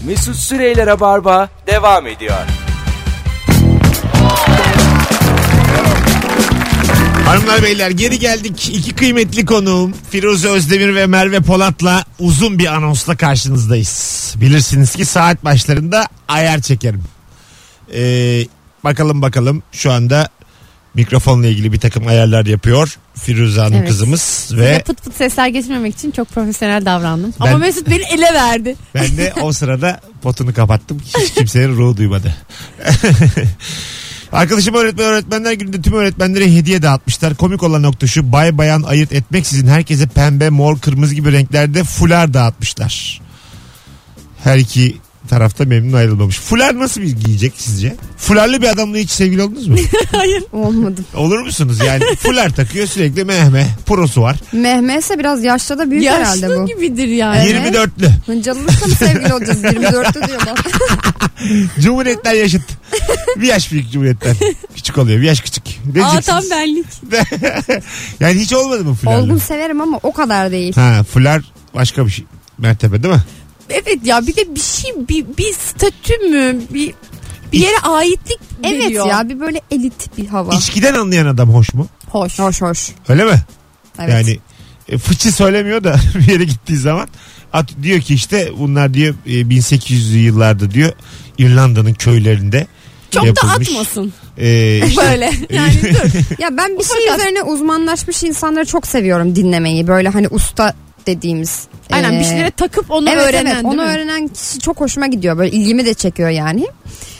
Mesut Süreyler'e barba devam ediyor. Hanımlar beyler geri geldik. İki kıymetli konuğum Firuze Özdemir ve Merve Polat'la uzun bir anonsla karşınızdayız. Bilirsiniz ki saat başlarında ayar çekerim. Bakalım şu anda mikrofonla ilgili bir takım ayarlar yapıyor Firuze Hanım, evet, kızımız. Ve pıt pıt sesler geçirmemek için çok profesyonel davrandım. Ama Mesut beni ele verdi. Ben de o sırada potunu kapattım. Hiç kimsenin ruhu duymadı. Arkadaşım öğretmenler gününde tüm öğretmenlere hediye dağıtmışlar. Komik olan nokta şu: bay bayan ayırt etmeksizin herkese pembe, mor, kırmızı gibi renklerde fular dağıtmışlar. Her iki tarafta memnun ayrılmamış. Fular nasıl bir giyecek sizce? Fularlı bir adamla hiç sevgili oldunuz mu? Hayır. Olmadım. Olur musunuz? Yani fular takıyor sürekli, mehmeh, prosu var. Mehmetse biraz yaşta da büyük herhalde bu. Yaşlı gibidir yani. 24'lü. Hıncalılıkla mı sevgili olacağız? 24'lü diyor bak. Cumhuriyetler yaşıt. Bir yaş büyük Cumhuriyetler. Küçük oluyor. Bir yaş küçük. Tam benlik. Yani hiç olmadı mı fularlı? Olgun severim ama o kadar değil. Ha, fular başka bir şey. Mertebe değil mi? Evet ya, bir de bir şey, bir statü mü, bir yere aitlik veriyor. Evet ya, bir böyle elit bir hava. İçkiden anlayan adam hoş mu? Hoş. Öyle mi? Evet. Yani fıçı söylemiyor da bir yere gittiği zaman diyor ki işte bunlar diyor 1800'lü yıllarda diyor İrlanda'nın köylerinde çok yapılmış. da atmasın. İşte, böyle yani dur. Ya ben bir şey üzerine uzmanlaşmış insanları çok seviyorum dinlemeyi. Böyle hani usta dediğimiz. Aynen, bir şeylere takıp onu öğrenen. Evet, onu öğrenen kişi çok hoşuma gidiyor. Böyle ilgimi de çekiyor yani.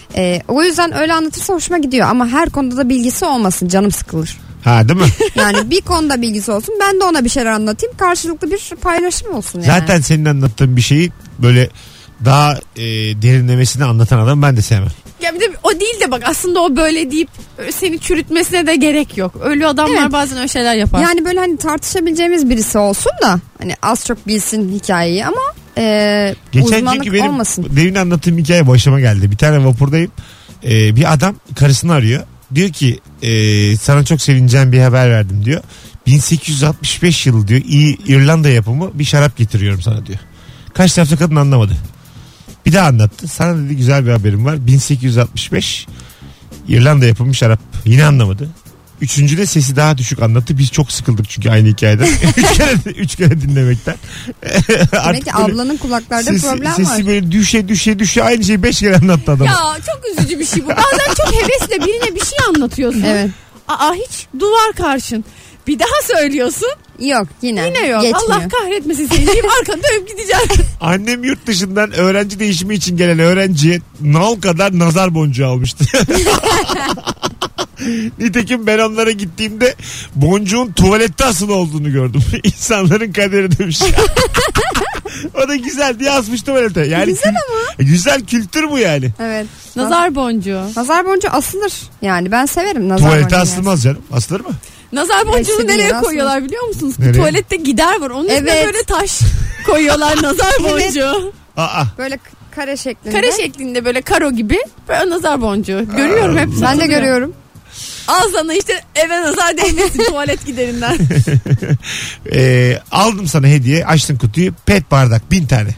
O yüzden öyle anlatırsa hoşuma gidiyor. Ama her konuda da bilgisi olmasın, canım sıkılır. Ha, değil mi? Yani bir konuda bilgisi olsun, ben de ona bir şeyler anlatayım. Karşılıklı bir paylaşım olsun yani. Zaten senin anlattığın bir şeyi böyle daha derinlemesine anlatan adam ben de sevmem. Ya bir de o değil de bak, aslında o böyle deyip seni çürütmesine de gerek yok. Ölü adamlar evet, bazen öyle şeyler yapar. Yani böyle hani tartışabileceğimiz birisi olsun da hani az çok bilsin hikayeyi ama geçen uzmanlık çünkü benim olmasın. Demin anlattığım hikaye başıma geldi. Bir tane vapurdayım. Bir adam karısını arıyor. Diyor ki sana çok sevineceğim bir haber verdim diyor. 1865 yılı diyor, iyi İrlanda yapımı bir şarap getiriyorum sana diyor. Kaç tarafta kadın anlamadı. Bir daha anlattı. Sana dedi güzel bir haberim var. 1865 İrlanda yapımı şarap. Yine anlamadı. Üçüncüde sesi daha düşük anlattı. Biz çok sıkıldık çünkü aynı hikayeden. üç kere dinlemekten. Demek ki ablanın kulaklarda problem var. Sesi böyle düşe aynı şeyi 5 kere anlattı adam. Ya çok üzücü bir şey bu. Bazen çok hevesle birine bir şey anlatıyorsun. Evet. Hiç duvar karşın. Bir daha söylüyorsun. Yok yine yok. Geçmiyor. Allah kahretmesin seni deyip arkana dönüp gideceğim. Annem yurt dışından öğrenci değişimi için gelen öğrenciye nal kadar nazar boncuğu almıştı. Nitekim ben onlara gittiğimde boncuğun tuvalette asılı olduğunu gördüm. İnsanların kaderi demiş. O da güzel diye asmış tuvalete. Yani güzel ama. Güzel kültür bu yani. Evet. Nazar boncuğu. Nazar boncuğu asılır. Yani ben severim nazar boncuğu. Tuvalete asılmaz canım. Asılır mı? Nazar boncuğunu Hepsi nereye değil, koyuyorlar biliyor musunuz? Nereye? Tuvalette gider var. Onun üstüne böyle taş koyuyorlar, nazar boncuğu. Böyle kare şeklinde. Kare şeklinde, böyle karo gibi. Böyle nazar boncuğu. Görüyorum hep. Ben de görüyorum. Al sana işte, eve nazar değmesin tuvalet giderinden. Aldım sana hediye. Açtın kutuyu. Pet bardak 1000 tane.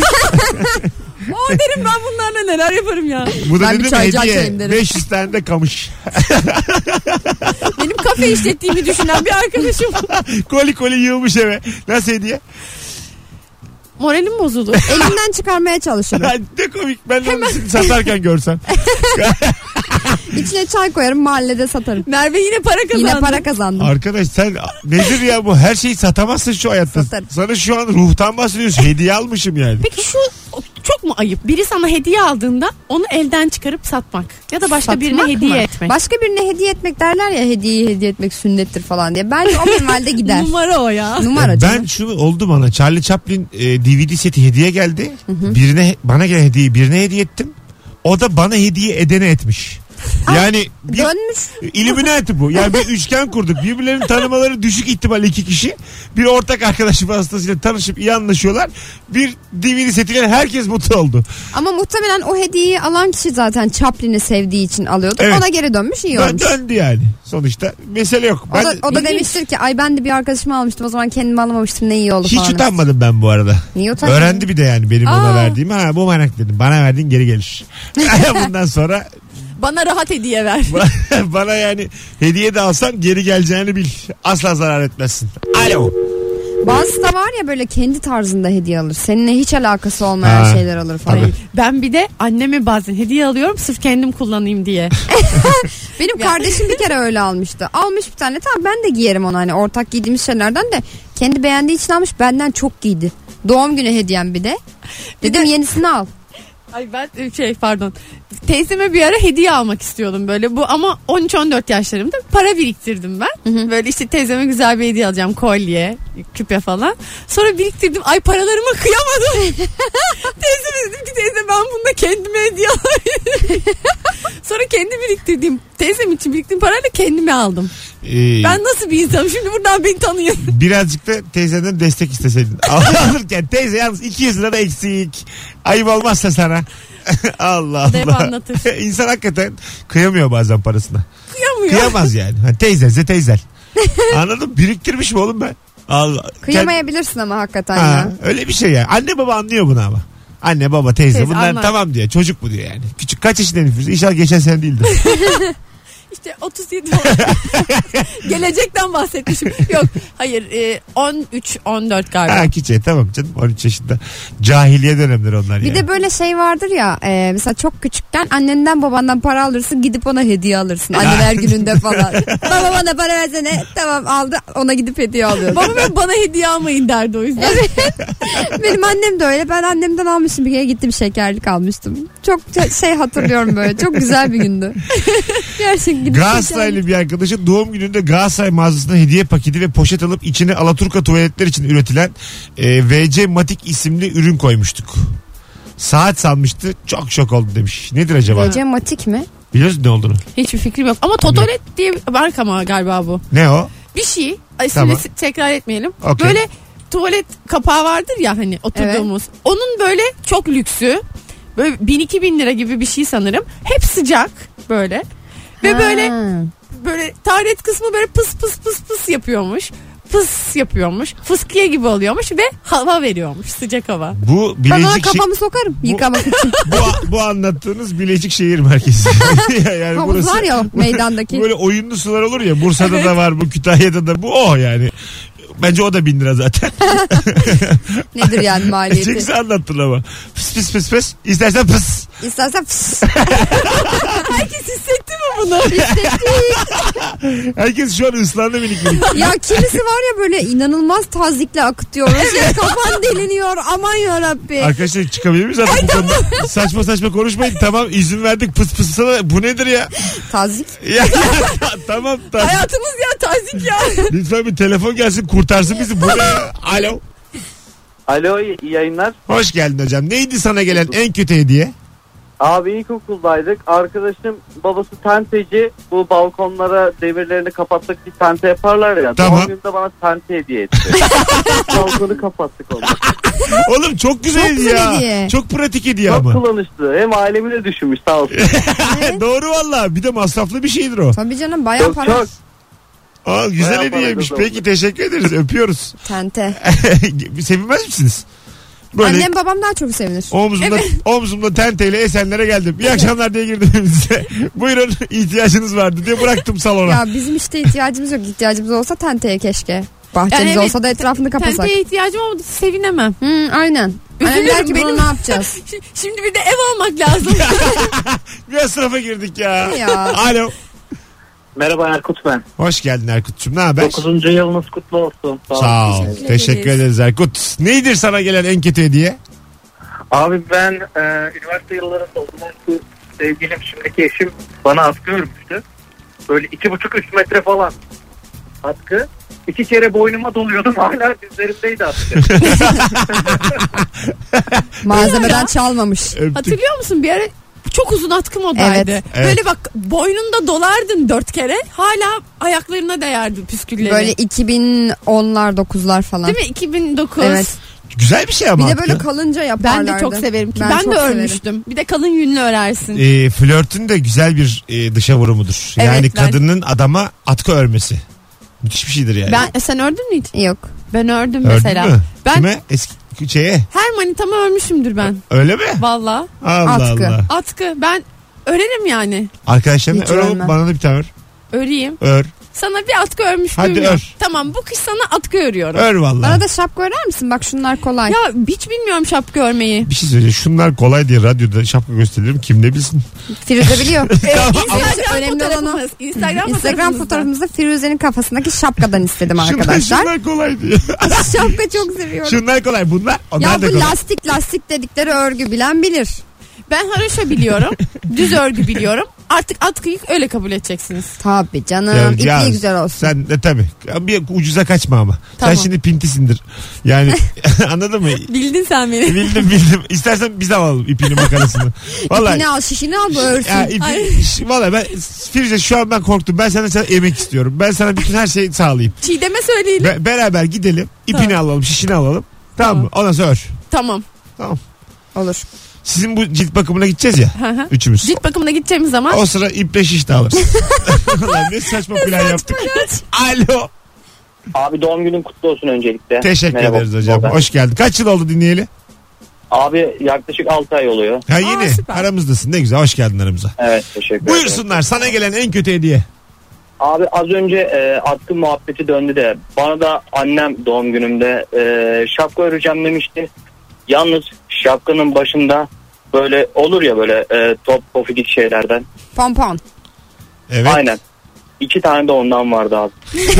O derim, ben bunlarla neler yaparım ya. Bu da Ben dedim hediye. 500 tane de kamış. Benim kafe işlettiğimi düşünen bir arkadaşım. Koli yığılmış eve. Nasıl hediye? Moralim bozuldu. Elimden çıkarmaya çalışırım. Ne komik. Ben onu satarken görsen. İçine çay koyarım, mahallede satarım. Merve yine para kazandı. Yine para kazandım. Arkadaş sen nedir ya bu? Her şeyi satamazsın şu hayatta. Satarım. Sana şu an ruhtan bahsediyorsun. Hediye almışım yani. Peki şu çok mu ayıp? Biri sana hediye aldığında onu elden çıkarıp satmak. Ya da başka birine hediye etmek. Başka birine hediye etmek derler ya, hediyeyi hediye etmek sünnettir falan diye. Bence o minvalde gider. Numara o ya. Numara canım. Ben şunu oldu bana. Charlie Chaplin DVD seti hediye geldi. Bana gelen hediyeyi birine hediye ettim. O da bana hediye edene etmiş. Yani bir Dönmüş. İlluminati bu. Yani bir üçgen kurduk. Birbirlerini tanımaları düşük ihtimal iki kişi. Bir ortak arkadaşı vasıtasıyla tanışıp iyi anlaşıyorlar. Bir DVD setiyle herkes mutlu oldu. Ama muhtemelen o hediyeyi alan kişi zaten Chaplin'i sevdiği için alıyordu. Evet. Ona geri dönmüş, iyi olmuş. Döndü yani. Sonuçta mesele yok. O da demiştir ki ay ben de bir arkadaşıma almıştım, o zaman kendime alamamıştım, ne iyi oldu hiç falan. utanmadım ben bu arada. Niye utanmadın? Öğrendi bir de yani benim ona verdiğimi. Ha bu merak dedim. Bana verdiğin geri gelir. Bundan sonra Bana rahat hediye ver. bana yani hediye de alsan geri geleceğini bil. Asla zarar etmezsin. Alo. Bazısı da var ya böyle kendi tarzında hediye alır. Seninle hiç alakası olmayan Ha, şeyler alır falan. tabii. Ben bir de anneme bazen hediye alıyorum sırf kendim kullanayım diye. Benim kardeşim bir kere öyle almıştı. Almış bir tane, tamam ben de giyerim onu, hani ortak giydiğimiz şeylerden de kendi beğendiği için almış, benden çok giydi. Doğum günü hediyem bir de. Dedim yenisini al. Ay ben pardon. Teyzeme bir ara hediye almak istiyordum böyle. Bu ama 13-14 yaşlarımda para biriktirdim ben. Böyle işte teyzeme güzel bir hediye alacağım. Kolye, küpe falan. Sonra biriktirdim. Ay paralarıma kıyamadım. Teyzeme dedim ki teyze ben bunda kendime hediye alayım. Sonra kendi biriktirdiğim, teyzem için biriktirdiğim parayla kendime aldım. Ben nasıl bir insanım? Şimdi buradan beni tanıyın. Birazcık da teyzenden destek isteseydin. Alırken teyze yalnız 200 lira da eksik. Ayıp olmazsa sana. Allah Dev Allah. anlatır. İnsan hakikaten kıyamıyor bazen parasına. Kıyamıyor. Kıyamaz yani. Ha, teyzelse teyzel. Anladın mı? Biriktirmiş mi oğlum ben? Allah. Kıyamayabilirsin ama hakikaten Ha, ya. öyle bir şey ya. Anne baba anlıyor bunu ama. Anne baba teyze bunlar anlar. tamam diyor. Çocuk bu diyor yani. Küçük kaç yaşında nüfusu? İnşallah geçen sene değildir. İşte 37 gelecekten bahsetmişim. Yok hayır 13-14 galiba. Ha küçük tamam canım 13 yaşında. Cahiliye dönemleri onlar Bir yani. de böyle şey vardır ya, mesela çok küçükken annenden babandan para alırsın, gidip ona hediye alırsın anneler gününde falan. Baba bana para versene, tamam aldı, ona gidip hediye alıyorsun. Babam bana hediye almayın derdi o yüzden. Benim annem de öyle, ben annemden almıştım bir kere, gittim şekerlik almıştım. Çok şey hatırlıyorum, böyle çok güzel bir gündü. Gerçekten gidip Galatasaraylı bir arkadaşın doğum gününde Galatasaray mağazasına hediye paketi ve poşet alıp içine Alaturka tuvaletler için üretilen VC Matic isimli ürün koymuştuk. Saat sanmıştı, çok şok oldu demiş. Nedir acaba? VC Matic mi? Biliyorsun ne olduğunu? Hiçbir fikrim yok. Ama Totolet diye bir marka ama galiba bu. Ne o? Bir şey. İsmini Tamam. tekrar etmeyelim. Okay. Böyle tuvalet kapağı vardır ya hani oturduğumuz. Evet. Onun böyle çok lüksü. Böyle 1000-2000 lira gibi bir şey sanırım. Hep sıcak böyle. Ve böyle taharet kısmı böyle pıs pıs pıs pıs yapıyormuş. Pıs yapıyormuş. Fıskiye gibi oluyormuş ve hava veriyormuş. Sıcak hava. Bu Ben ona Bilecik kafamı sokarım yıkamak için. bu anlattığınız Bilecik şehir merkezi. Yani Havuz burası var ya o meydandaki. böyle oyunlu sular olur ya, Bursa'da da var bu, Kütahya'da da bu, o yani. Bence o da 1000 lira zaten. Nedir yani maliyeti? Çok güzel anlattın ama. Pıs pıs pıs pıs. İstersen pıs. İstersen fıs. Herkes hissetti mi bunu? Herkes şu an ıslandı minik minik. Ya kimisi var ya böyle inanılmaz tazikle akıtıyoruz. Ya kafan deliniyor, aman yarabbi. Arkadaşlar çıkabilir miyiz artık bu konuda? Saçma saçma konuşmayın. Tamam izin verdik, pıs pıs sana. Bu nedir ya? Tazik. Ya, tamam. Hayatımız ya tazik ya. Lütfen bir telefon gelsin kurtarsın bizi. Bu ne ya? Alo. Alo, iyi yayınlar. Hoş geldin hocam. Neydi sana gelen en kötü hediye? Abi ilkokuldaydık. Arkadaşım babası tenteci. Bu balkonlara demirlerini kapattık, bir tente yaparlar ya. Tamam. Doğum gününde bana tente hediye etti. Balkonu kapattık onu. Oğlum çok güzel Çok hediye. güzel hediye. Çok pratik hediye Çok ama. kullanışlı. Hem ailemi de düşünmüş sağ olsun. Doğru valla. Bir de masraflı bir şeydir o. Tabii canım bayağı Çok para. çok. Aa, güzel Bayağı hediyeymiş. paraydı Peki teşekkür ederiz. Öpüyoruz. Tente. Sevinmez misiniz? Böyle Annem babam daha çok sevinir. omzumda tenteyle Esenler'e geldim. İyi akşamlar diye girdim evinize. Buyurun, ihtiyacınız vardı diye bıraktım salona. Ya bizim işte ihtiyacımız yok. İhtiyacımız olsa tenteye keşke. Bahçemiz Yani evet, olsa da etrafını kapasak. Tenteye ihtiyacım ama sevinemem. Aynen. Annem der ki Benim- bunu ne yapacağız? Şimdi bir de ev almak lazım. Bir sınıfa girdik ya. Ya. Alo. Merhaba Erkut ben. Hoş geldin Erkut'cum. Ne haber? 9. yılınız kutlu olsun. Sağ ol. Teşekkür ederiz Erkut. Neydir sana gelen en kötü hediye? Abi ben üniversite yıllarında o zamanki sevgilim, şimdiki eşim bana atkı örmüştü. Böyle 2,5-3 metre falan atkı. 2 kere boynuma doluyordum, hala dizlerimdeydi atkı. Malzemeden çalmamış. Öptük. Hatırlıyor musun bir ara çok uzun atkı modaydı. Evet. Böyle bak boynunda dolardın 4 kere. Hala ayaklarına değerdi püskülleri. Böyle 2010'lar 9'lar falan. Değil mi? 2009. Evet. Güzel bir şey ama Bir de atkı. böyle kalınca Ben yaparlardı. de çok severim ki. Ben çok de severim. örmüştüm. Bir de kalın yünlü örersin. Flörtün de güzel bir dışa vurumudur. Evet, Yani ben- kadının adama atkı örmesi. Müthiş bir şeydir yani. Sen ördün mü hiç? Yok. Ben ördüm Ördün mesela. mü? Ben Kime? Eski şeye. her manitama örmüşümdür ben. Öyle mi? Valla. Allah Atkı. Allah. Atkı. Ben örerim yani. Arkadaşlarına Hiç ör oğlum, örmem. bana da bir tane ör. Öreyim. Ör. Sana bir atkı örmüşlüğüm Hadi yok. ör. Tamam bu kış sana atkı örüyorum. Ör vallahi. Bana da şapka örer misin? Bak şunlar kolay. Ya hiç bilmiyorum şapka örmeyi. Bir şey söyleyeceğim. Şunlar kolay diye radyoda şapka gösteririm. Kim ne bilsin. Firuze biliyor. Instagram Önemli olan o. fotoğrafımız. Instagram Instagram fotoğrafımızda Firuze'nin kafasındaki şapkadan istedim arkadaşlar. Şunlar kolay diye. Şapka çok seviyorum. Şunlar kolay. Bunlar. Onlar Ya da bu kolay. lastik dedikleri örgü bilen bilir. Ben haroşa biliyorum. Düz örgü biliyorum. Artık atkıyı öyle kabul edeceksiniz. Tabii canım. İpliği güzel olsun. Sen de tabii. Bir ucuza kaçma ama. Tamam. Sen şimdi pintisindir. Yani anladın mı? Bildin sen beni. Bildim. İstersen biz alalım ipini makarasını. Vallahi. İpini al, şişini al, bu örsün. Ya vallahi ben Firuze şu an ben korktum. Ben sana emek istiyorum. Ben sana bütün her şeyi sağlayayım. Çiğdem'e söyleyelim. Beraber gidelim. İpini Tamam. alalım, şişini alalım. Tamam mı? Ondan sonra ör. Tamam. Tamam. Olur. Sizin bu cilt bakımına gideceğiz ya. Hı hı. Üçümüz. Cilt bakımına gideceğimiz zaman O sıra iple şiş de alırız. Ulan ne saçma plan yaptık. Alo. Abi doğum günün kutlu olsun öncelikle. Teşekkür Merhaba. ederiz hocam. Merhaba. Hoş geldin. Kaç yıl oldu dinleyeli? Abi yaklaşık 6 ay oluyor. Ha yine süper. aramızdasın. Ne güzel. Hoş geldin aramıza. Evet teşekkür ederim. Buyursunlar. Sana gelen en kötü hediye. Abi az önce atkı muhabbeti döndü de bana da annem doğum günümde şapka öreceğim demişti. Yalnız şapkanın başında böyle olur ya böyle top pofidik şeylerden. Pompon. Evet. Aynen. 2 tane de ondan vardı abi.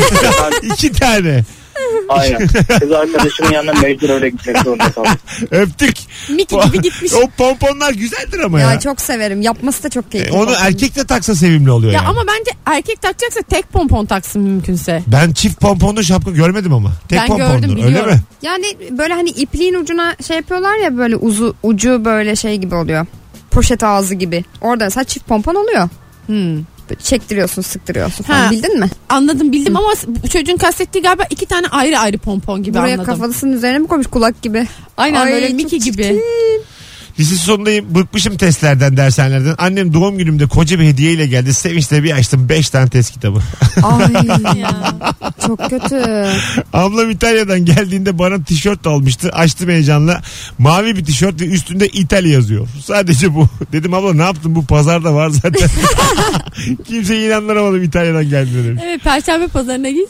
2 tane. Aynen. Kız arkadaşımın yanına mecbur öyle gitmek zorunda kaldım. Öptük. Miki gibi gitmiş. O pomponlar güzeldir ama ya. Ya çok severim. Yapması da çok keyifli. Onu erkek de taksa sevimli oluyor Ya yani. ama bence erkek takacaksa tek pompon taksın mümkünse. Ben çift pomponlu şapka görmedim ama. Tek Ben pomponlu. gördüm, Öyle biliyorum. mi? Yani böyle hani ipliğin ucuna şey yapıyorlar ya, böyle ucu böyle şey gibi oluyor. Poşet ağzı gibi. Orada mesela çift pompon oluyor. Böyle çektiriyorsun, sıktırıyorsun falan. Ha. Bildin mi? Anladım bildim ama bu çocuğun kastettiği galiba 2 tane ayrı ayrı pompon gibi Buraya anladım. kafasının üzerine mi koymuş, kulak gibi? Aynen Ay, böyle çok Miki gibi. çirkin. Lise sonundayım. Bıkmışım testlerden, dershanelerden. Annem doğum günümde koca bir hediyeyle geldi. Sevinçle bir açtım 5 tane test kitabı. Ay Ya. çok kötü. Ablam İtalya'dan geldiğinde bana tişört almıştı. Açtım heyecanla. Mavi bir tişört ve üstünde İtalya yazıyor. Sadece bu. Dedim abla ne yaptın, bu pazarda var zaten. Kimseye inandıramadım İtalya'dan geldiğini demiş. Evet Perşembe pazarına git.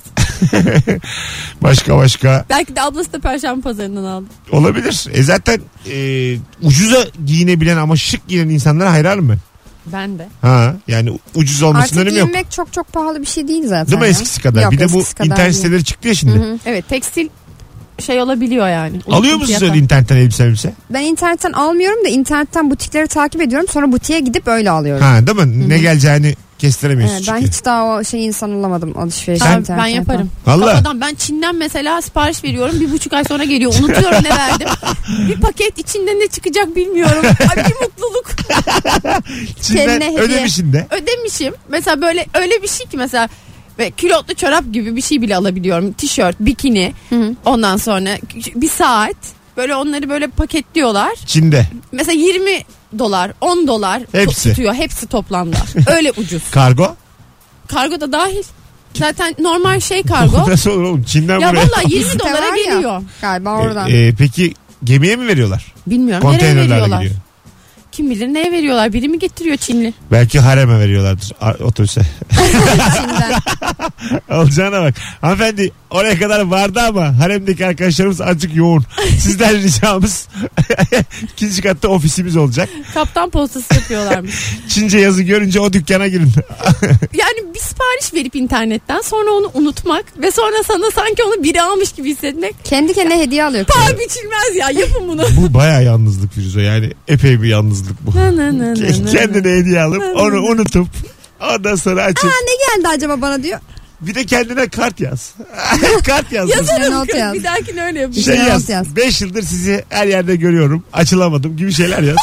Başka. Belki de ablası da Perşembe pazarından aldı. Olabilir. Zaten ucuza giyinebilen ama şık giyinen insanlara hayranım ben. Ben de. Ha, yani ucuz olmasının Artık önemi yok. giyinmek çok çok pahalı bir şey değil zaten. Değil mi ya. eskisi kadar? Yok, bir de bu eskisi kadar internet değil. siteleri çıktı ya şimdi. Evet tekstil şey olabiliyor yani. Alıyor musunuz öyle internetten elbise? Ben internetten almıyorum da internetten butikleri takip ediyorum. Sonra butiğe gidip öyle alıyorum. Ha, değil mi? Ne geleceğini kestiremiyorsun Evet, ben çünkü. hiç daha o şey insan olamadım alışveriş. Ben internetten. yaparım. Vallahi. Kafadan ben Çin'den mesela sipariş veriyorum. 1,5 ay sonra geliyor. Unutuyorum ne verdim. Bir paket içinde ne çıkacak bilmiyorum. Ay bir mutluluk. Çin'den kendine hediye. ödemişsin de. Ödemişim. Mesela böyle öyle bir şey ki mesela ve külotlu çorap gibi bir şey bile alabiliyorum. Tişört, bikini. Ondan sonra bir saat. Böyle onları böyle paketliyorlar. Çin'de. Mesela $20, $10 Hepsi. tutuyor. Hepsi toplamda. Öyle ucuz. Kargo. Kargo da dahil. Zaten normal şey kargo. Nasıl olur oğlum? Çin'den Ya buraya. vallahi $20 Site var ya, geliyor. Galiba oradan. Peki gemiye mi veriyorlar? Bilmiyorum nereye Konteynerlerle veriyorlar. gidiyor. Kim bilir neye veriyorlar. Biri mi getiriyor Çinli? Belki hareme veriyorlardır otobüse. Çin'den. Alacağına bak. Hanımefendi oraya kadar vardı ama haremdeki arkadaşlarımız azıcık yoğun. Sizden ricamız 2. katta ofisimiz olacak. Kaptan postası yapıyorlarmış. Çince yazı görünce o dükkana girin. Yani bir sipariş verip internetten sonra onu unutmak ve sonra sana sanki onu biri almış gibi hissetmek. Kendi kendine hediye alıyor. Paha biçilmez ya, yapın bunu. Bu bayağı yalnızlık Firuze, yani epey bir yalnızlık bu. Kendine hediye alıp onu unutup ondan sonra açıp Aa, ne geldi acaba bana diyor. bir de kendine kart yaz. Kart yaz. Ne not yaz. Bir dahakine öyle yapayım. Şey Not yaz. yaz. 5 yıldır sizi her yerde görüyorum. Açılamadım gibi şeyler yaz.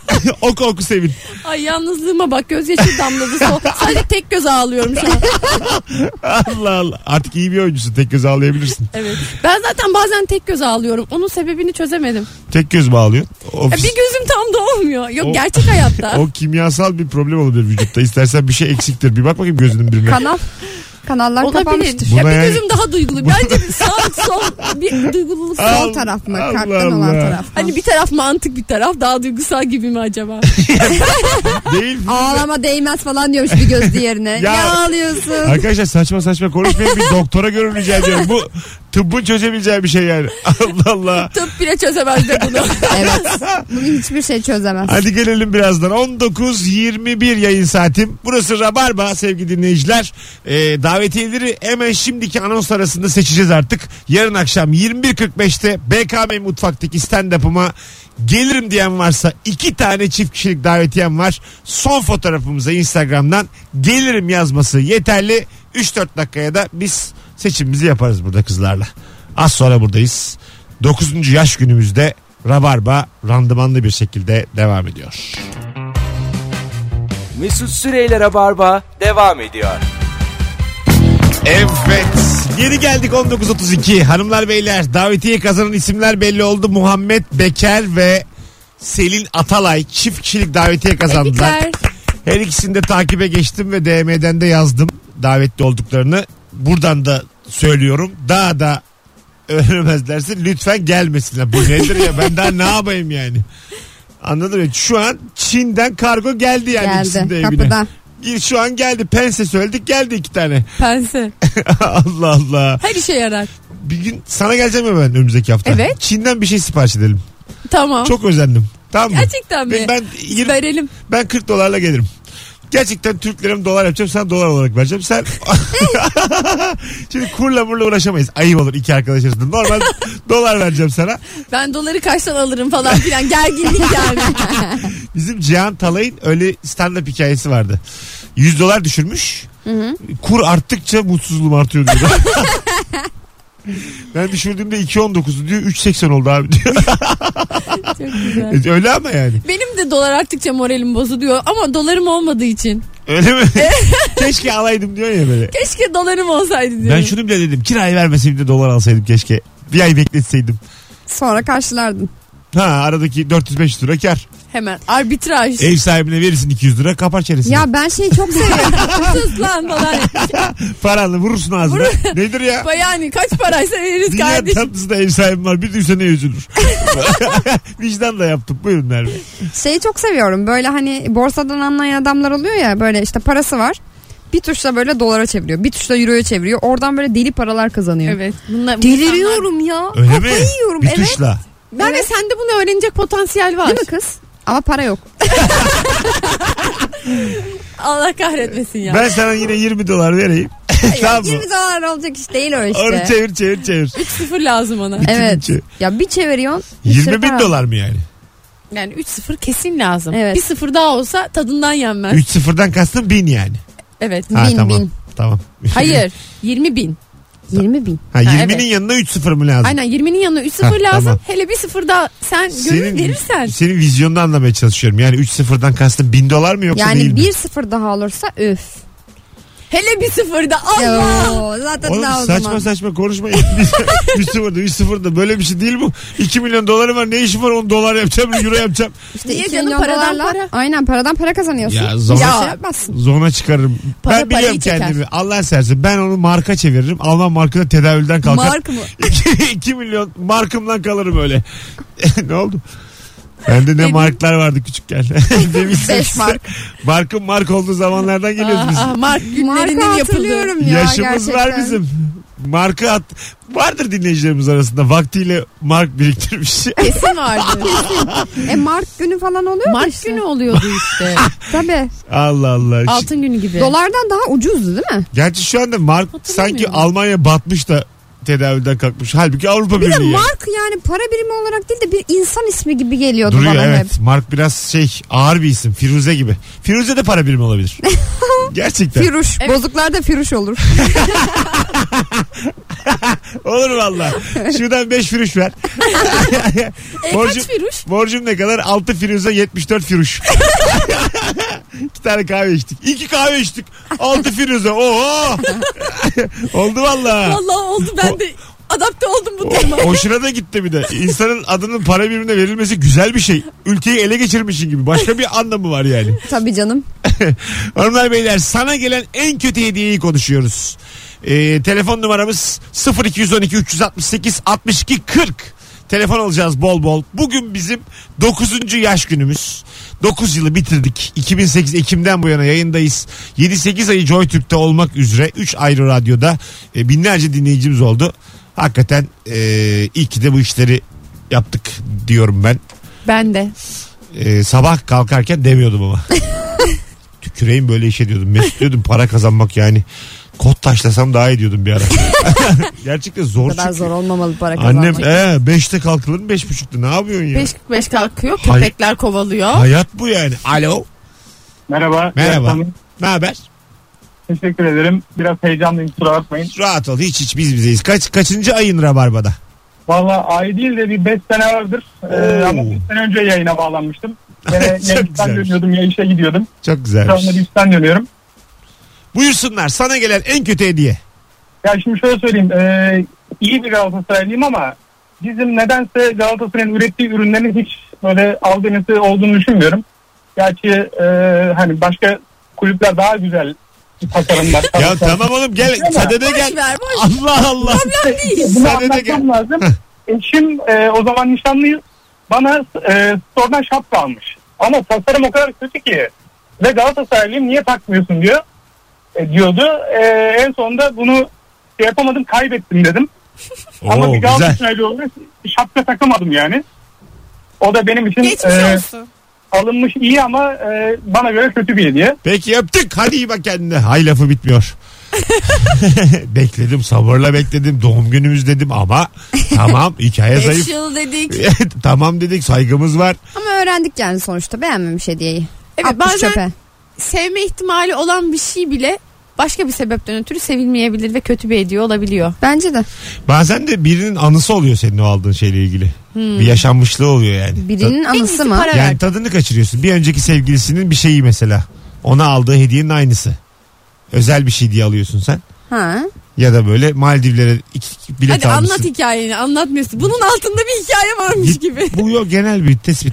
Oku sevin. Ay yalnızlığıma bak, gözyaşı damladı. Sadece tek göz ağlıyorum şu an. Allah Allah. Artık iyi bir oyuncusun. Tek göz ağlayabilirsin. Evet. Ben zaten bazen tek göz ağlıyorum. Onun sebebini çözemedim. Tek göz mü ağlıyorsun? Bir gözüm tam da olmuyor. Yok, gerçek hayatta. O kimyasal bir problem olabilir vücutta. İstersen bir şey eksiktir. Bir bak bakayım gözünün birine. Kanallar Olabilir. kapanmıştır. Ya bir yani... gözüm daha duygulu. Bence bir sağ sol bir duygululuk. Sol taraf mı? Kalpten olan taraf mı? Hani bir taraf mantık, bir taraf daha duygusal gibi mi acaba? Değil. Ağlama değmez falan diyormuş bir göz diğerine. Ya, ne ağlıyorsun? Arkadaşlar saçma konuşmayın, bir doktora görün rica ediyorum. Bu tıbbın çözebileceği bir şey yani. Allah Allah. Tıp bile çözemez de bunu. Evet. Bugün hiçbir şey çözemez. Hadi gelelim birazdan. 19.21 yayın saatim. Burası Rabarba sevgili dinleyiciler. Davetiyeleri hemen şimdiki anons arasında seçeceğiz artık. Yarın akşam 21.45'te BKM Mutfak'taki stand-up'ıma gelirim diyen varsa 2 tane çift kişilik davetiyem var. Son fotoğrafımıza Instagram'dan gelirim yazması yeterli. 3-4 dakikaya da biz seçimimizi yaparız burada kızlarla. Az sonra buradayız. 9. yaş günümüzde Rabarba randımanlı bir şekilde devam ediyor. Mesut Süreyler'e barba devam ediyor. Evet, geri geldik 19.32. Hanımlar beyler, davetiye kazanan isimler belli oldu. Muhammed Beker ve Selin Atalay çift kişilik davetiye kazandılar. Tebrikler. Her ikisini de takibe geçtim ve DM'den de yazdım davetli olduklarını. Buradan da söylüyorum, daha da öğrenemezlerse lütfen gelmesinler. Bu nedir ya, ben daha ne yapayım yani. Anladın mı? Şu an Çin'den kargo geldi yani ikisinin de evine. Kapıda. Şu an geldi. Pense söyledik, geldi 2 tane. Pense. Allah Allah. Her işe yarar. Bir gün sana geleceğim ya ben önümüzdeki hafta. Evet. Çin'den bir şey sipariş edelim. Tamam. Çok özendim. Tamam mı? Gerçekten mi? Verelim. Ben 40 dolarla gelirim. Gerçekten Türklerim dolar yapacağım, sen dolar olarak vereceğim. Sen şimdi kurla uğraşamayız. Ayıp olur 2 arkadaş arasında. Normal dolar vereceğim sana. Ben doları kaçtan alırım falan filan. Gerginlik yani. Bizim Cihan Talay'ın öyle stand-up hikayesi vardı. 100 dolar düşürmüş. Hı. Kur arttıkça mutsuzluğum artıyor diyor. Ben düşürdüğümde 2.19 diyor, 3.80 oldu abi diyor. Çok güzel. Öyle ama yani. Benim de dolar arttıkça moralim bozuluyor ama dolarım olmadığı için. Öyle mi? Keşke alaydım diyor ya böyle. Keşke dolarım olsaydı diyorum. Ben şunu bile dedim, kirayı vermeseydim de dolar alsaydım keşke. Bir ay bekletseydim. Sonra karşılardın. Ha, aradaki 400-500 lira kar. Hemen arbitraj. Ev sahibine verirsin 200 lira, kapar çenesini. Ya ben şeyi çok seviyorum. Sus lan falan. Paranla vurursun ağzına. Nedir ya? Yani kaç paraysa veririz Dünya kardeşim. tatlısı da ev sahibim var. Bir duysa ne üzülür. Vicdan da yaptık. Buyurun Merve. Şeyi çok seviyorum. Böyle hani borsadan anlayan adamlar oluyor ya, böyle işte parası var. Bir tuşla böyle dolara çeviriyor. Bir tuşla euroya çeviriyor. Oradan böyle deli paralar kazanıyor. Evet. Deliriyorum ya. Öyle Kafayı mi? yiyorum. Bir Evet. tuşla. Ben de sende bunu öğrenecek potansiyel var. Değil mi kız? Ama para yok. Allah kahretmesin ya. Ben sana yine 20 dolar vereyim. Tamam mı? 20 dolar olacak iş değil o işte. Onu çevir. 3-0 lazım ona. Evet. Bitince. Ya bir çeviriyorsun. bir 20 sürü bin para. dolar mı yani? Yani 3-0 kesin lazım. Evet. Bir 0 daha olsa tadından yenmez. 3-0'dan kastım 1000 yani. Evet. Ha, Bin, tamam. bin. Tamam. Hayır. 20 bin. 20 bin. Ha, 20'nin evet. yanına 3-0 mı lazım? Aynen 20'nin yanına 3-0 Ha, lazım. tamam. Hele bir 0 daha sen gönül verirsen. Senin vizyonunu anlamaya çalışıyorum. Yani 3-0'dan kastım 1000 dolar mı yoksa değil Yani mi? bir sıfır daha olursa öf. Hele bir 0 da Allah. Yo, zaten Oğlum daha o zaman. saçma konuşmayın. 3-0'da böyle bir şey değil bu. 2 milyon doları var, ne işim var, 10 dolar yapacağım, euro yapacağım. İşte Niye 2 canım, milyon paradan dolarla. para? Aynen, paradan para kazanıyorsun. Ya, Ya, zona- şey yapmazsın. Zona çıkarırım. Para Ben biliyorum parayı çeker. kendimi. Allah sersin. Ben onu marka çeviririm. Alman markada tedavülden kalkar. Mark mı? 2 milyon markımla kalırım öyle. Ne oldu? Bende ne Benim- marklar vardı küçükken. Beş mark. Markın mark olduğu zamanlardan geliyoruz biz. Mark günlerinin Marka yapıldığı. hatırlıyorum ya. Yaşımız var gerçekten. bizim. Marka at. Vardır dinleyicilerimiz arasında vaktiyle mark biriktirmiş. Kesin vardı. Mark günü falan oluyor mu Mark işte? günü oluyordu işte. Tabii. Allah Allah. Altın günü gibi. Dolardan daha ucuzdu değil mi? Gerçi şu anda mark Hatırlamıyorum. sanki Almanya batmış da tedavülden kalkmış. Halbuki Avrupa Bir de Birliği. Yani. Mark yani para birimi olarak değil de bir insan ismi gibi geliyordu Duruyor bana evet. hep. Mark biraz ağır bir isim. Firuze gibi. Firuze de para birimi olabilir. Gerçekten. Firuş. Bozuklarda firuş olur. Olur valla. Şuradan 5 firuş ver. Kaç firuş? Borcum ne kadar? 6 firuze 74 firuş. 2 tane kahve içtik. 2 kahve içtik. 6 firuze. Oo. Oldu valla. Vallahi oldu, ben de adapte oldum bu duruma. Hoşuna da gitti bir de. İnsanın adının para birimine verilmesi güzel bir şey. Ülkeyi ele geçirmişsin gibi. Başka bir anlamı var yani. Tabii canım. Hanımlar beyler, sana gelen en kötü hediyeyi konuşuyoruz. Telefon numaramız 0212 368 62 40. Telefon alacağız bol bol. Bugün bizim 9. yaş günümüz. 9 yılı bitirdik. 2008 Ekim'den bu yana yayındayız. 7-8 ayı JoyTürk'te olmak üzere 3 ayrı radyoda binlerce dinleyicimiz oldu. Hakikaten iyi ki de bu işleri yaptık diyorum ben. Ben de. Sabah kalkarken demiyordum ama. Tüküreyim böyle işe diyordum. Mesut diyordum, para kazanmak yani. Kod taşlasam daha iyi diyordum bir ara. Gerçekten zor Bu kadar çünkü. zor olmamalı para kazanmak. Annem 5'te kalkılır 5.30'da ne yapıyorsun ya? 5.45 kalkıyor, köpekler kovalıyor. Hayat bu yani. Alo. Merhaba. Merhaba. Ne haber? Teşekkür ederim. Biraz heyecanlıyım, kusura bakmayın. Rahat ol, hiç biz bizeyiz. Kaçıncı ayın Rabarba'da? Valla ay değil de bir 5 sene vardır. Ama 5 sene önce yayına bağlanmıştım. Yine Çok yayından güzelmiş. dönüyordum, ya işe gidiyordum. Çok Şu güzelmiş. anda bir işten dönüyorum. Buyursunlar, sana gelen en kötü hediye. Ya şimdi şöyle söyleyeyim. İyi bir Galatasaraylıyım ama bizim nedense Galatasaray'ın ürettiği ürünlerin hiç böyle albenisi olduğunu düşünmüyorum. Gerçi hani başka kulüpler daha güzel tasarımlar. Ya tamam oğlum, gel sadede gel. Boş ver, boş. Allah Allah. Bunu Sadede gel. anlatmam lazım. Eşim o zaman nişanlıyız. Bana store'dan şapka almış. Ama tasarım o kadar kötü ki. Ve Galatasaraylıyım, niye takmıyorsun diyor. Diyordu. En sonunda bunu yapamadım, kaybettim dedim. Ama Oo, bir güzel. Galatasaraylı olarak şapka takamadım yani. O da benim için Geçmiş olsun. alınmış iyi ama bana göre kötü bir hediye. Peki yaptık. Hadi iyi bak kendine. Hay lafı bitmiyor. Bekledim, sabırla bekledim. Doğum günümüz dedim ama tamam, hikaye 5 zayıf. yıl dedik. Tamam dedik, saygımız var. Ama öğrendik yani sonuçta, beğenmemiş hediyeyi. Evet, Atmış bazen çöpe. sevme ihtimali olan bir şey bile başka bir sebepten ötürü sevilmeyebilir ve kötü bir hediye olabiliyor. Bence de. Bazen de birinin anısı oluyor senin o aldığın şeyle ilgili. Bir yaşanmışlığı oluyor yani. Birinin En iyisi anısı mı? para Yani ver. tadını kaçırıyorsun. Bir önceki sevgilisinin bir şeyi mesela. Ona aldığı hediyenin aynısı. Özel bir şey diye alıyorsun sen. Ha. Ya da böyle Maldivlere bilet Hadi almışsın. anlat hikayeni, anlatmıyorsun. Bunun altında bir hikaye varmış gibi. Bu yok, genel bir tespit.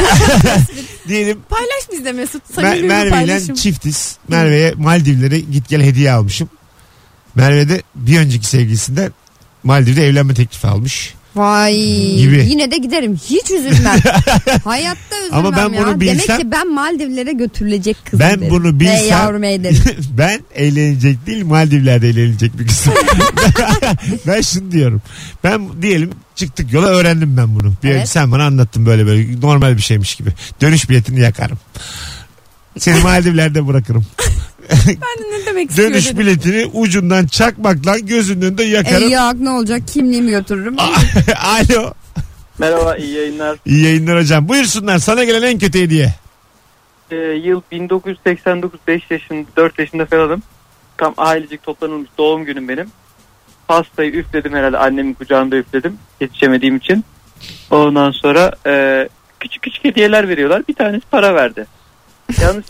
Diyelim Paylaş bizde Mesut. Samimi bir Merve ile paylaşım. çiftiz. Merve'ye Maldivlere git gel hediye almışım. Merve de bir önceki sevgilisinden Maldiv'de evlenme teklifi almış. Vay. Gibi. Yine de giderim. Hiç üzülmem. Hayatta üzülmem Ama ben ya. bunu bilsem- Demek ki ben Maldivlere götürülecek kızım Ben derim. bunu bilsem- Ve yavrum derim. Ben eğlenecek değil, Maldivler'de eğlenecek bir kızım. Ben şunu diyorum. Ben diyelim çıktık yola, öğrendim ben bunu. Bir Evet. önce sen bana anlattın böyle normal bir şeymiş gibi. Dönüş biletini yakarım. Seni Maldivler'de bırakırım. Ben de ne demek istiyor Dönüş dedim. biletini ucundan çakmakla gözünün önünde yakarım. Yok, ne olacak, kimliğimi götürürüm. Alo. Merhaba, iyi yayınlar. İyi yayınlar hocam. Buyursunlar, sana gelen en kötü hediye. Yıl 1989, 4 yaşında falanım. Tam ailecek toplanılmış doğum günüm benim. Pastayı üfledim herhalde, annemin kucağında üfledim. Yetişemediğim için. Ondan sonra küçük küçük hediyeler veriyorlar. Bir tanesi para verdi. Yalnız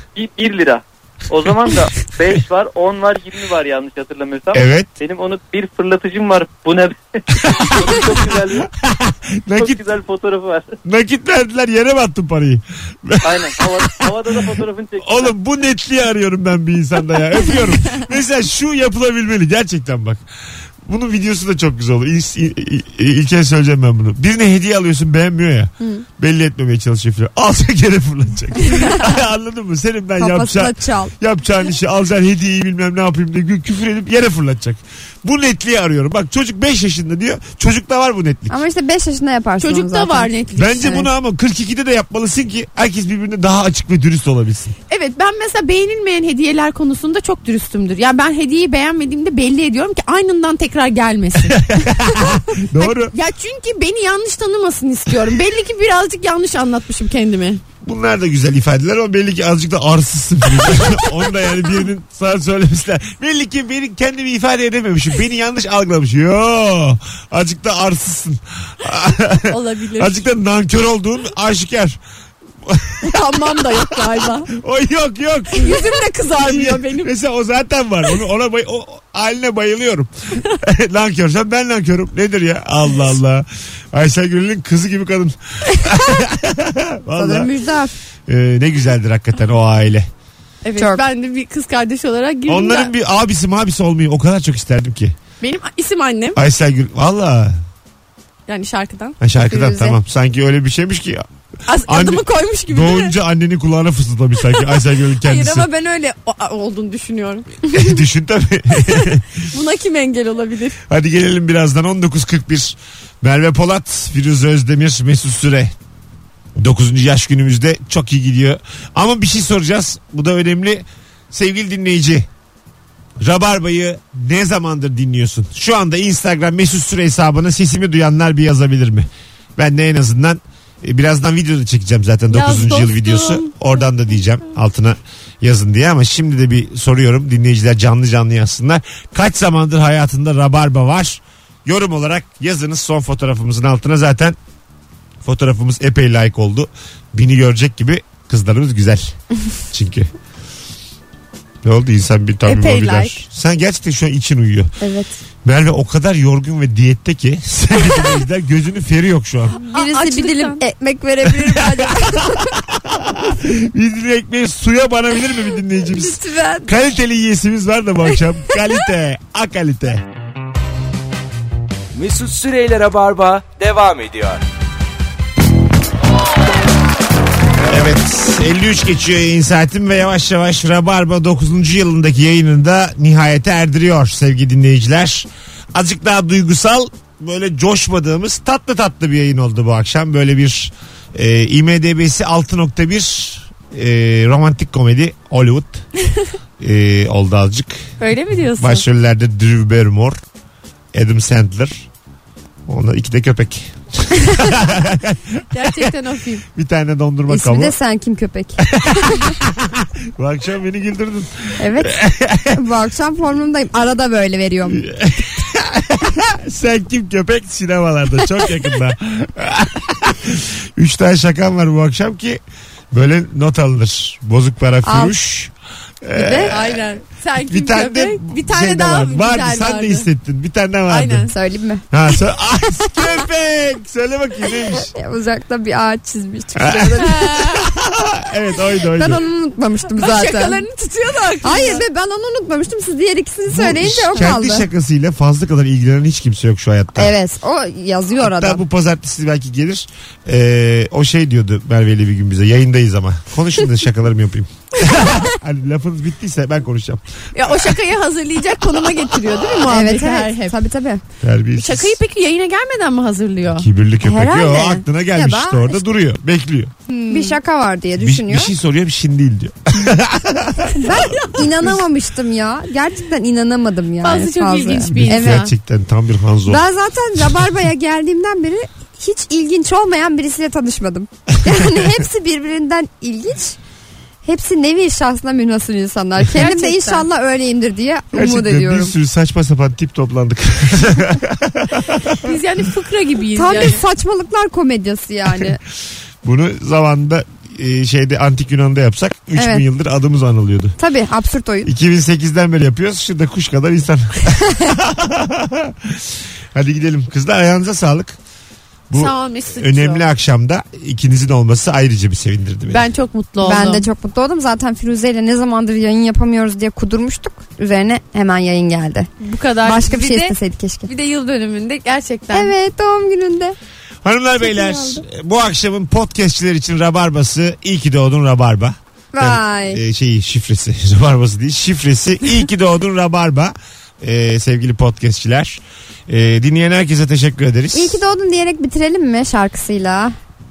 1 lira. O zaman da 5 var, 10 var, 20 var yanlış hatırlamıyorsam. Evet. Benim onu bir fırlatıcım var. Bu ne? Çok güzel bir, çok Nakit, güzel fotoğrafı var. nakit verdiler, yere mi attın parayı? Aynen. Havada da fotoğrafını çektim. Oğlum bu netliği arıyorum ben bir insanda ya. Öpüyorum. Mesela şu yapılabilmeli gerçekten bak. Bunun videosu da çok güzel olur. İlker söyleyeceğim ben bunu. Birine hediye alıyorsun, beğenmiyor ya. Belli etmemeye çalışıyor falan. Alacak yere fırlatacak. Anladın mı? Senin ben Kafasına çal. yapacağın işi alacaksın, hediyeyi bilmem ne yapayım diye küfür edip yere fırlatacak. Bu netliği arıyorum. Bak çocuk 5 yaşında diyor. Çocukta var bu netlik. Ama işte 5 yaşında yaparsın onu Çocukta zaten. var netlik. Bence Evet. bunu ama 42'de de yapmalısın ki herkes birbirine daha açık ve dürüst olabilsin. Evet, ben mesela beğenilmeyen hediyeler konusunda çok dürüstümdür. Ya ben hediyeyi beğenmediğimde belli ediyorum ki aynından tekrar tekrar gelmesin. Doğru. Ya çünkü beni yanlış tanımasın istiyorum. Belli ki birazcık yanlış anlatmışım kendimi. Bunlar da güzel ifadeler ama belli ki azıcık da arsızsın. Onu da yani birinin sana söylemişler. Belli ki beni kendimi ifade edememişim. Beni yanlış algılamış. Yo, azıcık da arsızsın. Olabilir. Azıcık da nankör olduğun aşikar. Utanmam da yok galiba. O yok. Yüzüm de kızarmıyor benim. Mesela o zaten var. O haline bayılıyorum. Nankörsem ben nankörüm. Nedir ya? Allah Allah. Aysel Gönül'ün kızı gibi kadın. Sanırım Vallahi. Müjdat. Ne güzeldir hakikaten o aile. Evet, Çok. ben de bir kız kardeş olarak girdim. Onların bir abisi olmayı o kadar çok isterdim ki. Benim isim annem. Aysel Gül. Valla. Yani şarkıdan. Şarkıdan Firuze. tamam. Sanki öyle bir şeymiş ki. Adımı koymuş gibi değil mi? Doğunca annenin kulağına fısıldamış sanki Aysel Gönül kendisi. Hayır ama ben öyle olduğunu düşünüyorum. Düşün tabii. Buna kim engel olabilir? Hadi gelelim birazdan 19.41. Merve Polat, Firuze Özdemir, Mesut Süre. 9. yaş günümüzde çok iyi gidiyor. Ama bir şey soracağız. Bu da önemli. Sevgili dinleyici. Rabarba'yı ne zamandır dinliyorsun? Şu anda Instagram Mesut Süre hesabına sesimi duyanlar bir yazabilir mi? Ben de en azından birazdan videoda çekeceğim zaten 9. yıl dostum. videosu. Oradan da diyeceğim altına yazın diye ama şimdi de bir soruyorum. Dinleyiciler canlı yazsınlar. Kaç zamandır hayatında Rabarba var? Yorum olarak yazınız son fotoğrafımızın altına. Zaten fotoğrafımız epey like oldu. Bini görecek gibi kızlarımız güzel. Çünkü. Ne oldu insan bir tabii Epey mobiler. like. Sen gerçekten şu an için uyuyor. Evet. Merve o kadar yorgun ve diyette ki sen dinleyiciler gözünün feri yok şu an. Birisi bir dilim Açlıktan. ekmek verebilir mi acaba? Bir dilim ekmeği suya banabilir mi bir dinleyicimiz? Lütfen. Kaliteli yiyesimiz var da bu akşam. Kalite, akalite. Mesut Süreyler'e barba devam ediyor. Evet 53 geçiyor yayın saatim ve yavaş yavaş Rabarba 9. yılındaki yayınını da nihayete erdiriyor sevgili dinleyiciler. Azıcık daha duygusal böyle coşmadığımız tatlı bir yayın oldu bu akşam. Böyle bir IMDb'si 6.1 romantik komedi Hollywood oldu azıcık. Öyle mi diyorsun? Başrollerde Drew Barrymore, Adam Sandler. Onlar iki de köpek. Gerçekten o film. Bir tane dondurma İsmi kabı. de Sen Kim Köpek. Bu akşam beni güldürdün. Evet. Bu akşam formundayım. Arada böyle veriyorum. Sen kim köpek sinemalarda çok yakında. 3 tane şakam var bu akşam ki böyle not alınır. Bozuk para Firuş. Aynen. Sen kim Bir tane köpek? de Bir tane şey de daha vardı. güzel Vardı sen de hissettin. Bir tane daha vardı. Aynen. Söyleyeyim mi? Ha, köpek. Söyle bakayım neymiş. Uzakta bir ağaç çizmiş. Evet oydu. Ben onu unutmamıştım Bak zaten. şakalarını tutuyor da aklında. Hayır be ben onu unutmamıştım. Siz diğer ikisini söyleyince o kendi kaldı. şakasıyla fazla kadar ilgilenen hiç kimse yok şu hayatta. Evet o yazıyor Hatta adam. bu pazartesi belki gelir. O şey diyordu Merve'yle bir gün bize. Yayındayız ama. Konuşun da şakalarımı yapayım. Hani lafınız bittiyse ben konuşacağım. Ya o şakayı hazırlayacak konuma getiriyor değil mi muhabbeti Evet her evet. hep? Tabii. Terbiyesiz. Şakayı peki yayına gelmeden mi hazırlıyor? Kibirli köpek. Herhalde. Yo, aklına gelmiş Ya da işte orada duruyor. Bekliyor. Bir şaka var diye Bir düşünüyor. şey soruyor bir şey değil diyor. Ben inanamamıştım ya. Gerçekten inanamadım yani. Fazla çok ilginç bir Evet. Gerçekten tam bir Hanzo. Ben zaten Rabarba'ya geldiğimden beri hiç ilginç olmayan birisiyle tanışmadım. Yani hepsi birbirinden ilginç. Hepsi nevi şahsına münhasır insanlar. Kendim de Gerçekten. inşallah öyleyimdir diye umut Gerçekten ediyorum. bir sürü saçma sapan tip toplandık. Biz yani fıkra gibiyiz Tam yani. bir saçmalıklar komedyası yani. Bunu zamanında şeyde antik Yunan'da yapsak 3000 Evet. yıldır adımız anılıyordu. Tabii absürt oyun. 2008'den beri yapıyoruz. Şurada kuş kadar insan. Hadi gidelim. Kızlar ayağınıza sağlık. Bu Sağ ol Mesut'cuğum. önemli akşamda ikinizin olması ayrıca bir sevindirdi beni. Ben çok mutlu oldum. Ben de çok mutlu oldum. Zaten Firuze ile ne zamandır yayın yapamıyoruz diye kudurmuştuk. Üzerine hemen yayın geldi. bu kadar. Başka bir şey de, isteseydik keşke. Bir de yıl dönümünde gerçekten. Evet doğum gününde. Hanımlar beyler iyi bu akşamın podcastçiler için Rabarbası iyi ki doğdun Rabarba. Vay. Şifresi Rabarbası değil şifresi iyi ki doğdun Rabarba. Sevgili podcastçiler dinleyen herkese teşekkür ederiz. İyi ki doğdun diyerek bitirelim mi şarkısıyla?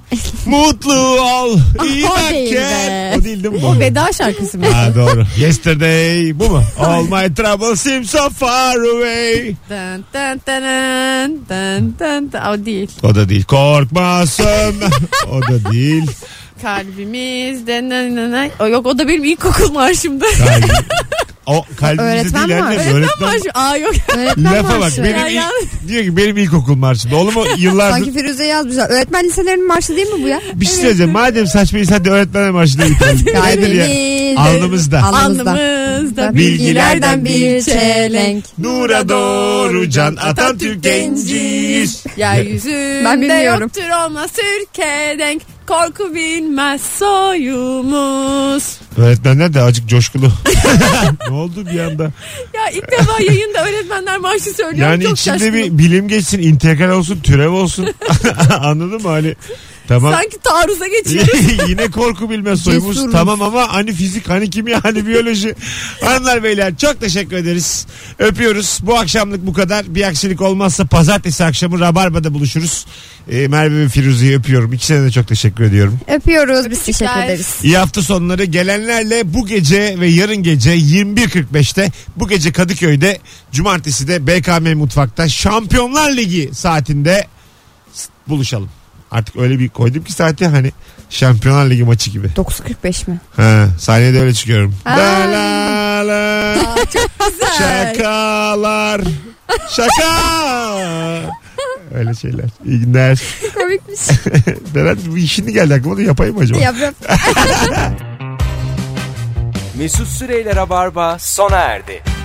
Mutlu ol. İyi O bak değil gel. be. O değil mi bu? O veda şarkısı mı? Ha doğru. Yesterday bu mu? All my troubles seem so far away. Dın dın dın dın dın dın. O değil. O da değil. Korkmasın. O da değil. Kalbimizde o yok, o da benim ilkokul marşımdı. O kalbimizde Öğretmen değil. var. Annem. Öğretmen Öğretmen. marşı. Aa yok. Öğretmen Lafa bak. marşı. Benim diyor ki benim ilkokul marşımda. Oğlum o yıllardır. Sanki Firuze yazmışlar. Öğretmen liselerinin marşı değil mi bu ya? Bir şey söyleyeceğim. Madem saçmayız hadi öğretmen marşı değil. Nedir ya? Kalbimizde. Alnımızda. Alnımızda Bilgilerden bir çelenk. Nura doğru can Atatürk genciyiz. Ben Yeryüzünde bilmiyorum. yoktur olmaz Türkiye denk. Korku bilmez soyumuz. Öğretmenler de acık coşkulu. Ne oldu bir anda? Ya ilk defa yayında öğretmenler marşı söylüyorum. Yani çok içinde şaşkınım. bir bilim geçsin, integral olsun, türev olsun. Anladın mı? Hani tamam. Sanki taarruza geçiyoruz. Yine korku bilmez soyumuz. Cesuruz. Tamam ama hani fizik, hani kimya, hani biyoloji. Hanımlar beyler çok teşekkür ederiz. Öpüyoruz. Bu akşamlık bu kadar. Bir aksilik olmazsa pazartesi akşamı Rabarba'da buluşuruz. Merve ve Firuze'yi öpüyorum. İkisine de çok teşekkür ediyorum. Öpüyoruz. Biz teşekkür Öpücükler. ederiz. İyi hafta sonları. Gelenlerle bu gece ve yarın gece 21.45'te bu gece Kadıköy'de, cumartesi de BKM Mutfak'ta Şampiyonlar Ligi saatinde buluşalım. Artık öyle bir koydum ki saati hani Şampiyonlar Ligi maçı gibi. 9.45 mi? Ha, sahneye de öyle çıkıyorum. Ay. La la la. Şakalar. Şaka. Öyle şeyler. İyi günler. Komikmiş. Berat bir şimdi geldi aklıma da yapayım mı acaba? Yap. Mesut Süreyler'e barba sona erdi.